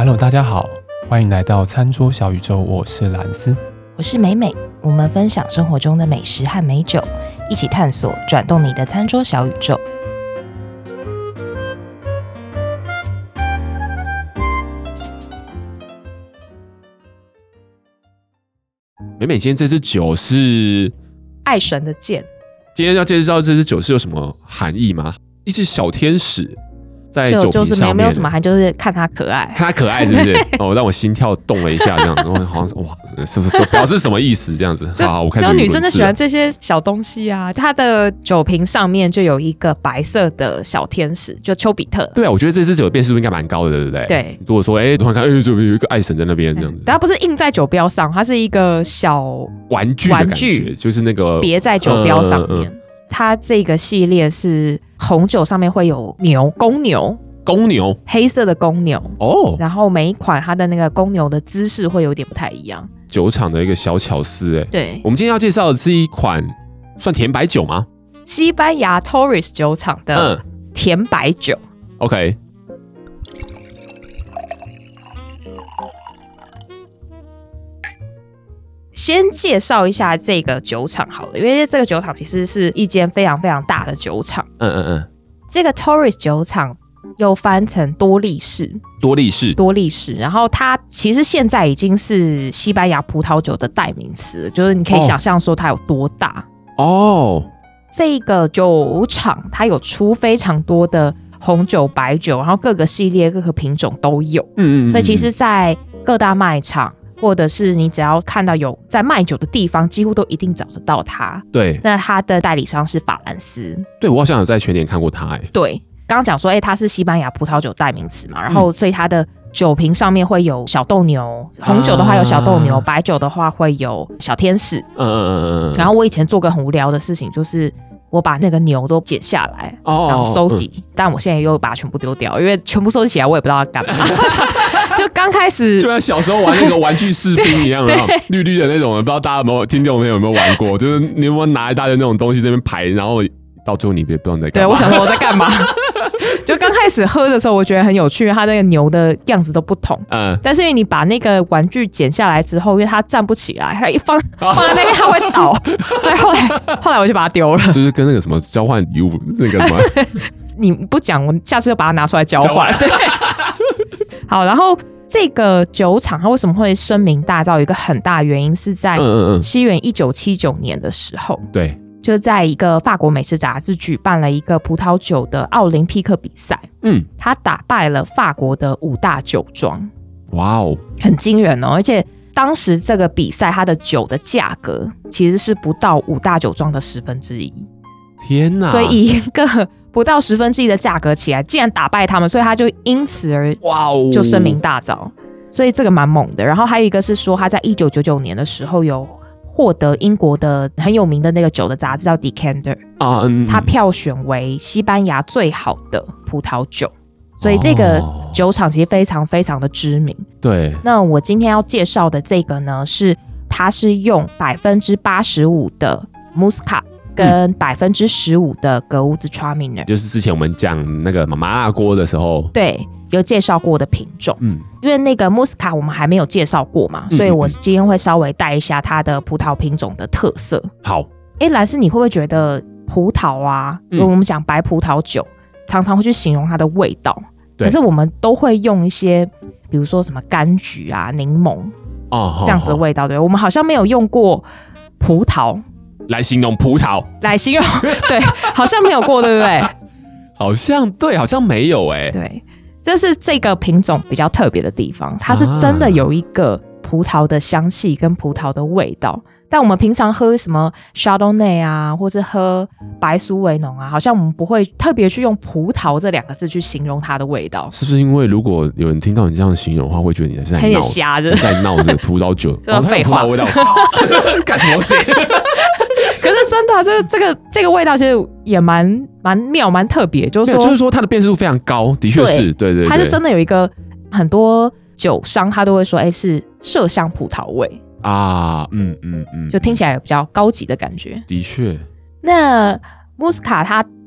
Hello， 大家好，欢迎来到餐桌小宇宙，我是蓝斯， 我是美美。我们分享生活中的美食和美酒，一起探索转动你的餐桌小宇宙。 美美，今天这支酒是爱神的剑。 今天要介绍这支酒是有什么含义吗？一只小天使在酒瓶上面， 就是没有什么含，就是看它可爱， 看它可爱是不是？哦，让我心跳动了一下，这样子，好像是哇，是不是表示什么意思？这样子，好，我看就女生就喜欢这些小东西啊。它的酒瓶上面就有一个白色的小天使，就丘比特。 对啊，我觉得这支酒的辨识度应该蛮高的，对不对？ 对。 如果说突然看，就有一个爱神在那边这样子， 它不是印在酒标上，它是一个小玩具的感觉，就是那个别在酒标上面。它这个系列是红酒上面会有牛，公牛，黑色的公牛哦， 然后每一款它的那个公牛的姿势会有点不太一样， 酒厂的一个小巧思。 对， 我们今天要介绍的是一款算甜白酒吗？ 西班牙 Torres 酒厂的甜白酒。 OK， 先介绍一下这个酒厂好了，因为这个酒厂其实是一间非常非常大的酒厂。这个 Torres 酒厂又翻成多利士，然后它其实现在已经是西班牙葡萄酒的代名词，就是你可以想象说它有多大哦。 这个酒厂它有出非常多的红酒、白酒，然后各个系列、各个品种都有。所以其实，在各大卖场，或者是你只要看到有在卖酒的地方，几乎都一定找得到它。 对， 那它的代理商是法兰斯。 对，我好像有在全联看过它。 对，刚刚讲说，它是西班牙葡萄酒代名词嘛，然后所以它的酒瓶上面会有小斗牛，红酒的话有小斗牛，白酒的话会有小天使。然后我以前做个很无聊的事情，就是我把那个牛都剪下来，然后收集，但我现在又把它全部丢掉，因为全部收集起来我也不知道要干嘛。就刚开始就像小时候玩那个玩具士兵一样，绿绿的那种，不知道大家有没有听众朋友有没有玩过？就是你有没有拿一大堆那种东西在那边排，然后到最后你也不知道你在干嘛。 对，我想说我在干嘛。就刚开始喝的时候，我觉得很有趣，它那个牛的样子都不同。但是因为你把那个玩具剪下来之后，因为它站不起来，它一放在那边它会倒，所以后来我就把它丢了。 就是跟那个什么交换礼物那个什么， 你不讲，我下次就把它拿出来交换。对，好，然后这个酒厂它为什么会声名大噪？有一个很大的原因是在西元1979年的时候， 对。 就在一个法国美食杂志举办了一个葡萄酒的奥林匹克比赛，他打败了法国的5大酒庄， 哇哦， 很惊人哦！而且当时这个比赛它的酒的价格其实是不到5大酒庄的1/10， 天哪！ 所以以一个不到1/10的价格起来，竟然打败他们，所以他就因此而就声名大噪，所以这个蛮猛的。然后还有一个是说，他在1999年的时候有获得英国的很有名的那个酒的杂志叫 Decanter 它票选为西班牙最好的葡萄酒，所以这个酒厂其实非常非常的知名。 对， 那我今天要介绍的这个呢，它是用85%的 Muscat 跟15%的格乌兹 Traminer， 就是之前我们讲那个麻辣锅的时候，对， 有介绍过的品种。因为那个 Muscat 我们还没有介绍过嘛，所以我今天会稍微带一下它的葡萄品种的特色。 好， 蓝斯，你会不会觉得葡萄啊，如果我们讲白葡萄酒，常常会去形容它的味道，可是我们都会用一些，比如说什么柑橘啊、柠檬这样子的味道，对，我们好像没有用过葡萄来形容葡萄， 对，好像没有过，对不对？ 好像没有对，这是这个品种比较特别的地方，它是真的有一个葡萄的香气跟葡萄的味道。但我们平常喝什么 Chardonnay 啊，或是喝白苏维农啊，好像我们不会特别去用葡萄这2个字去形容它的味道。 是不是因为如果有人听到你这样形容的话，会觉得你在闹， 瞎的， 在闹着葡萄酒， 这废话味道，干什么东西？ 可是真的，这个味道其实也蛮妙、蛮特别，就是说它的辨识度非常高，的确是，对， 它是真的有一个很多酒商他都会说，是麝香葡萄味啊，就听起来比较高级的感觉。 的确， 那 Muscat 它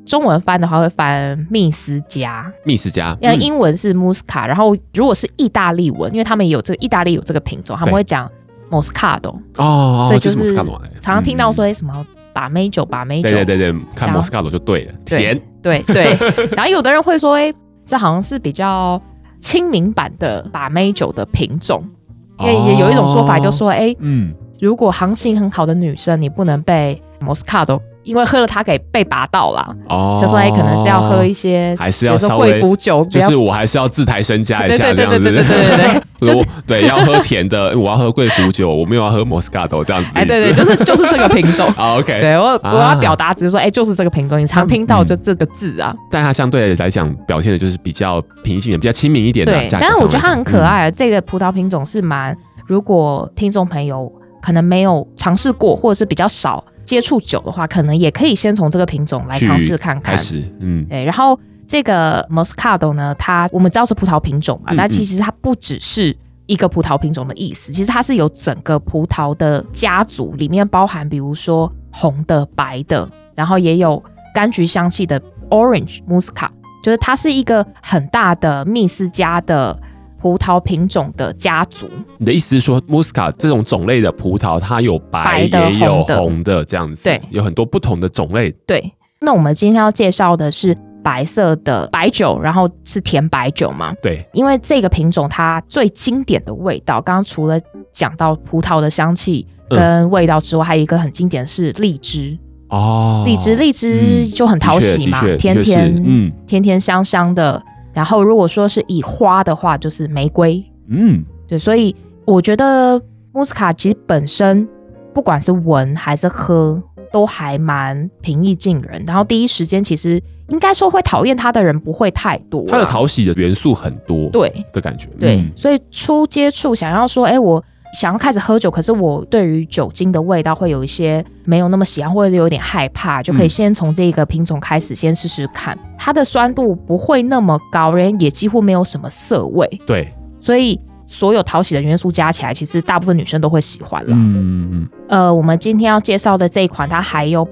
中文翻的话会翻密斯加，因为英文是 Muscat，然后如果是意大利文，因为他们也有这个意大利有这个品种，他们会讲 Moscato 所以就是常常听到说什么把妹酒， 对，看 Moscato 就对了，甜， 对，然后有的人会说，这好像是比较亲民版的把妹酒的品种，因为也有一种说法就说，如果行情很好的女生，你不能被 Moscato。因为喝了它被拔到啦，就说可能是要喝一些， 还是要稍微贵腐酒， 就是我还是要自抬身价一下，这样子，对，要喝甜的，我要喝贵腐酒，我没有要喝 Moscato 这样子， 对，就是这个品种 ，OK， 对我要表达只是说，就是这个品种，你常听到就这个字啊， 但它相对来讲表现的就是比较平静的，比较亲民一点的， 对，但是我觉得它很可爱，这个葡萄品种是如果听众朋友可能没有尝试过，或者是比较少接触酒的话，可能也可以先从这个品种来尝试看看。对。然后这个 Moscato 呢，我们知道是葡萄品种嘛，那其实它不只是一个葡萄品种的意思，其实它是有整个葡萄的家族，里面包含比如说红的、白的，然后也有柑橘香气的 Orange Muscat， 就是它是一个很大的密斯加的葡萄品种的家族。你的意思是说 Muscat 这种种类的葡萄，它有白的也有红的这样子， 对， 有很多不同的种类。 对，那我们今天要介绍的是白色的白酒，然后是甜白酒嘛？ 对， 因为这个品种它最经典的味道，刚刚除了讲到葡萄的香气跟味道之外，还有一个很经典的是荔枝。荔枝就很讨喜嘛，甜甜香香的。然后如果说是以花的话，就是玫瑰。对，所以我觉得 Muscat 其实本身不管是闻还是喝都还蛮平易近人，然后第一时间其实应该说会讨厌它的人不会太多， 它的讨喜的元素很多，对的感觉。 对，所以初接触想要说我想要开始喝酒，可是我对于酒精的味道会有一些没有那么喜欢，或者有点害怕，就可以先从这个品种开始先试试看。它的酸度不会那么高，也几乎没有什么涩味， 对， 所以所有讨喜的元素加起来，其实大部分女生都会喜欢了。我们今天要介绍的这一款，它还有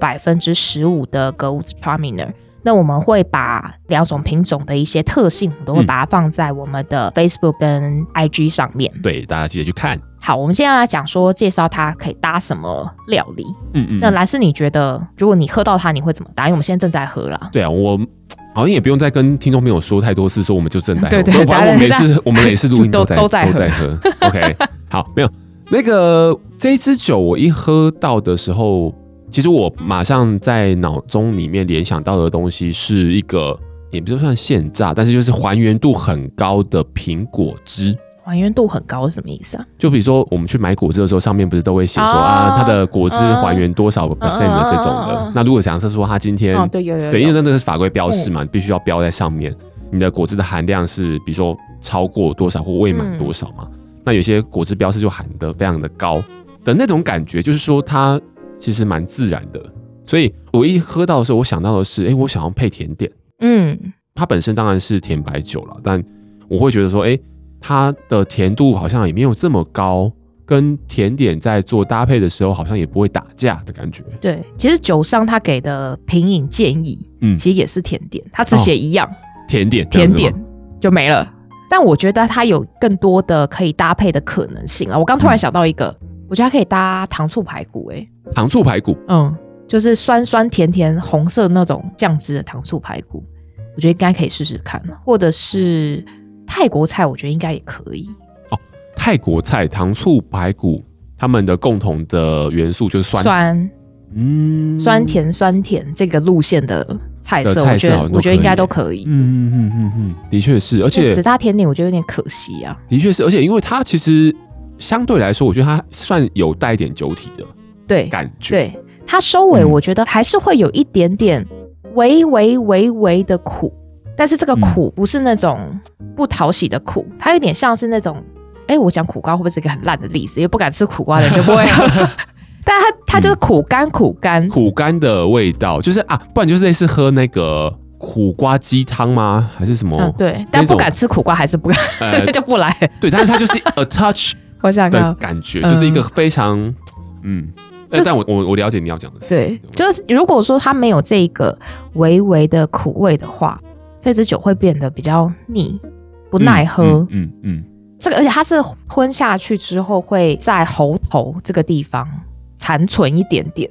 15%的Gewürztraminer。那我们会把两种品种的一些特性，我们都会把它放在我们的 Facebook 跟 IG 上面。 对，大家记得去看。 好，我们现在来讲说介绍它可以搭什么料理。那蓝斯，你觉得如果你喝到它，你会怎么搭？因为我们现在正在喝啦。 对啊，我好像也不用再跟听众朋友说太多次，说我们就正在喝。 对， 我们每次录音都在喝。OK， 好，没有那个这一支酒，我一喝到的时候，其实我马上在脑中里面联想到的东西是一个，也不算现榨，但是就是还原度很高的苹果汁。 还原度很高是什么意思啊？ 就比如说我们去买果汁的时候，上面不是都会写说它的果汁还原多少个 percent 的这种的。那如果假设说它今天对，因为那个是法规标示嘛，你必须要标在上面，你的果汁的含量是比如说超过多少或未满多少嘛。那有些果汁标示就含得非常的高的那种感觉，就是说它其实蛮自然的。所以我一喝到的时候，我想到的是，我想要配甜点。它本身当然是甜白酒了，但我会觉得说，它的甜度好像也没有这么高，跟甜点在做搭配的时候好像也不会打架的感觉。 对，其实酒商他给的品饮建议，其实也是甜点，他只写一样， 甜点就没了。但我觉得它有更多的可以搭配的可能性了。我刚突然想到一个，我觉得它可以搭糖醋排骨。 糖醋排骨， 就是酸酸甜甜红色那种酱汁的糖醋排骨，我觉得应该可以试试看，或者是泰国菜，我觉得应该也可以。 泰国菜糖醋排骨，他们的共同的元素就是酸甜这个路线的菜色，我觉得应该都可以。 的确是，而且其他甜点我觉得有点可惜啊。 的确是，而且因为它其实相对来说，我觉得它算有带一点酒体的感觉。 对，它收尾我觉得还是会有一点点微的苦，但是这个苦不是那种不讨喜的苦，它有点像是那种，我讲苦瓜会不会是一个很烂的例子？因为不敢吃苦瓜的人就不会但它就是苦干的味道，就是不然就是类似喝那个苦瓜鸡汤吗？还是什么？ 对，但不敢吃苦瓜还是不敢，就不来。 对，但是它就是 a touch 我想的感觉，就是一个非常但我了解你要讲的是， 对，就是如果说它没有这个微微的苦味的话，这支酒会变得比较腻，不耐喝。这个而且它是吞下去之后会在喉头这个地方残存一点点。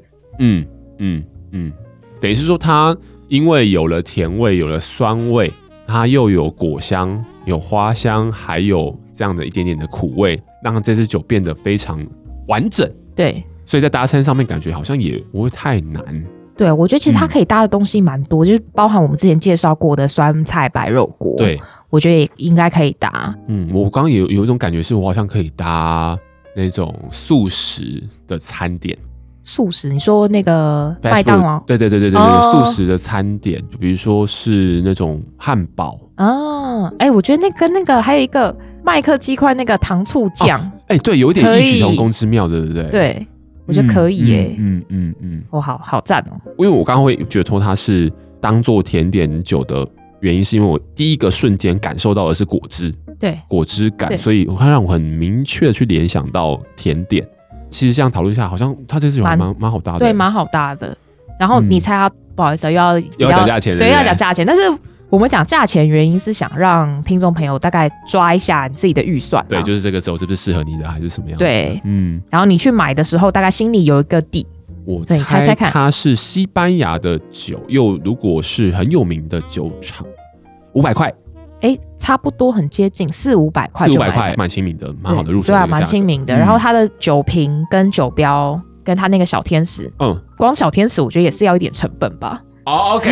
等于是说它因为有了甜味，有了酸味，它又有果香，有花香，还有这样的一点点的苦味，让这支酒变得非常完整。 对， 所以在搭餐上面感觉好像也不会太难。 对，我觉得其实它可以搭的东西蛮多，就是包含我们之前介绍过的酸菜白肉锅。 对， 我觉得也应该可以搭。 我刚刚有一种感觉是我好像可以搭那种素食的餐点。 素食，你说那个麦当劳？ 对，素食的餐点，就比如说是那种汉堡啊。我觉得那个还有一个麦克鸡块那个糖醋酱， 对，有一点异曲同工之妙，对不对？ 对，我觉得可以耶。好赞哦！ 因为我刚刚会觉得它是当做甜点酒的原因，是因为我第一个瞬间感受到的是果汁， 对，果汁感，所以它让我很明确的去联想到甜点。其实这样讨论下来，好像它这支酒蛮好搭的， 对，蛮好搭的。然后你猜它，不好意思，又要讲价钱， 对，要讲价钱。但是我们讲价钱原因是想让听众朋友大概抓一下你自己的预算， 对，就是这个酒是不是适合你的，还是什么样的？ 对，然后你去买的时候，大概心里有一个底。 我猜看，它是西班牙的酒，又如果是很有名的酒厂，500块。 差不多很接近400-500块，400-500块， 蛮亲民的，蛮好的入手。 对啊，蛮亲民的。然后它的酒瓶跟酒标跟它那个小天使，光小天使我觉得也是要一点成本吧。 OK，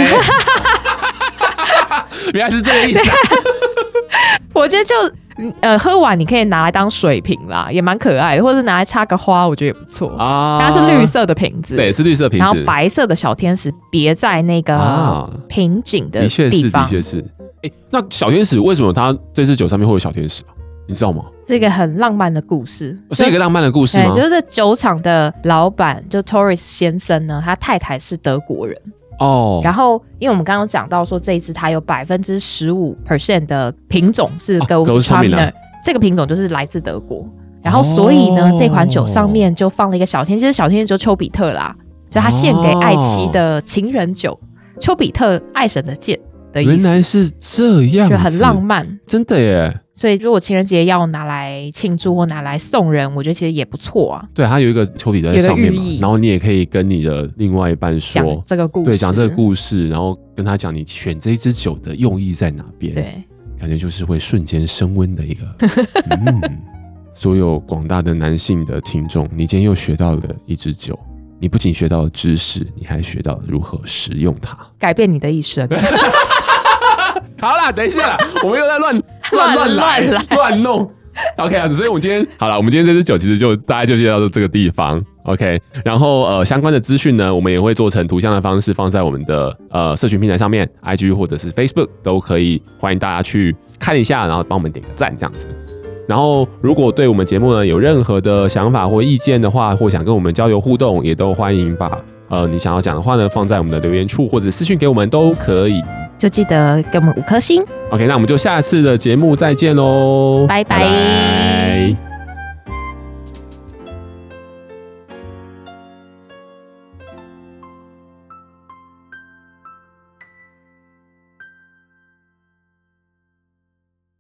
原来是这个意思啊。 我觉得就喝完你可以拿来当水瓶啦，也蛮可爱的，或者是拿来插个花，我觉得也不错啊。它是绿色的瓶子， 对，是绿色瓶子， 然后白色的小天使别在那个瓶颈的地方， 的确是。那小天使为什么它这支酒上面会有小天使啊？你知道吗？ 是一个很浪漫的故事， 是一个浪漫的故事吗？ 对，就是酒厂的老板就 Torres 先生呢，他太太是德国人然后因为我们刚刚讲到说这一支它有15% 的品种是 Gewürztraminer，这个品种就是来自德国，然后所以呢这款酒上面就放了一个小天使，其实小天使就丘比特啦，就他献给爱妻的情人酒，丘比特爱神的箭。 原来是这样子， 就很浪漫， 真的耶。 所以如果情人节要拿来庆祝或拿来送人，我觉得其实也不错啊。 对，它有一个丘比特在上面嘛，然后你也可以跟你的另外一半说讲这个故事， 对，讲这个故事，然后跟他讲你选这一支酒的用意在哪边。 对， 感觉就是会瞬间升温的一个。所有广大的男性的听众，你今天又学到了一支酒。你不仅学到了知识，你还学到了如何使用它， 改变你的一生。 好啦，等一下啦，我们又在乱弄。OK 啊，所以我们今天好了，我们今天这支酒其实就大概就介绍到这个地方。OK， 然后相关的资讯呢，我们也会做成图像的方式放在我们的社群平台上面 ，IG 或者是 Facebook 都可以，欢迎大家去看一下，然后帮我们点个赞这样子。然后，如果对我们节目呢有任何的想法或意见的话，或想跟我们交流互动，也都欢迎把你想要讲的话呢放在我们的留言处或者私讯给我们都可以。 就记得给我们5颗星。 OK， 那我们就下次的节目再见喽， 拜拜。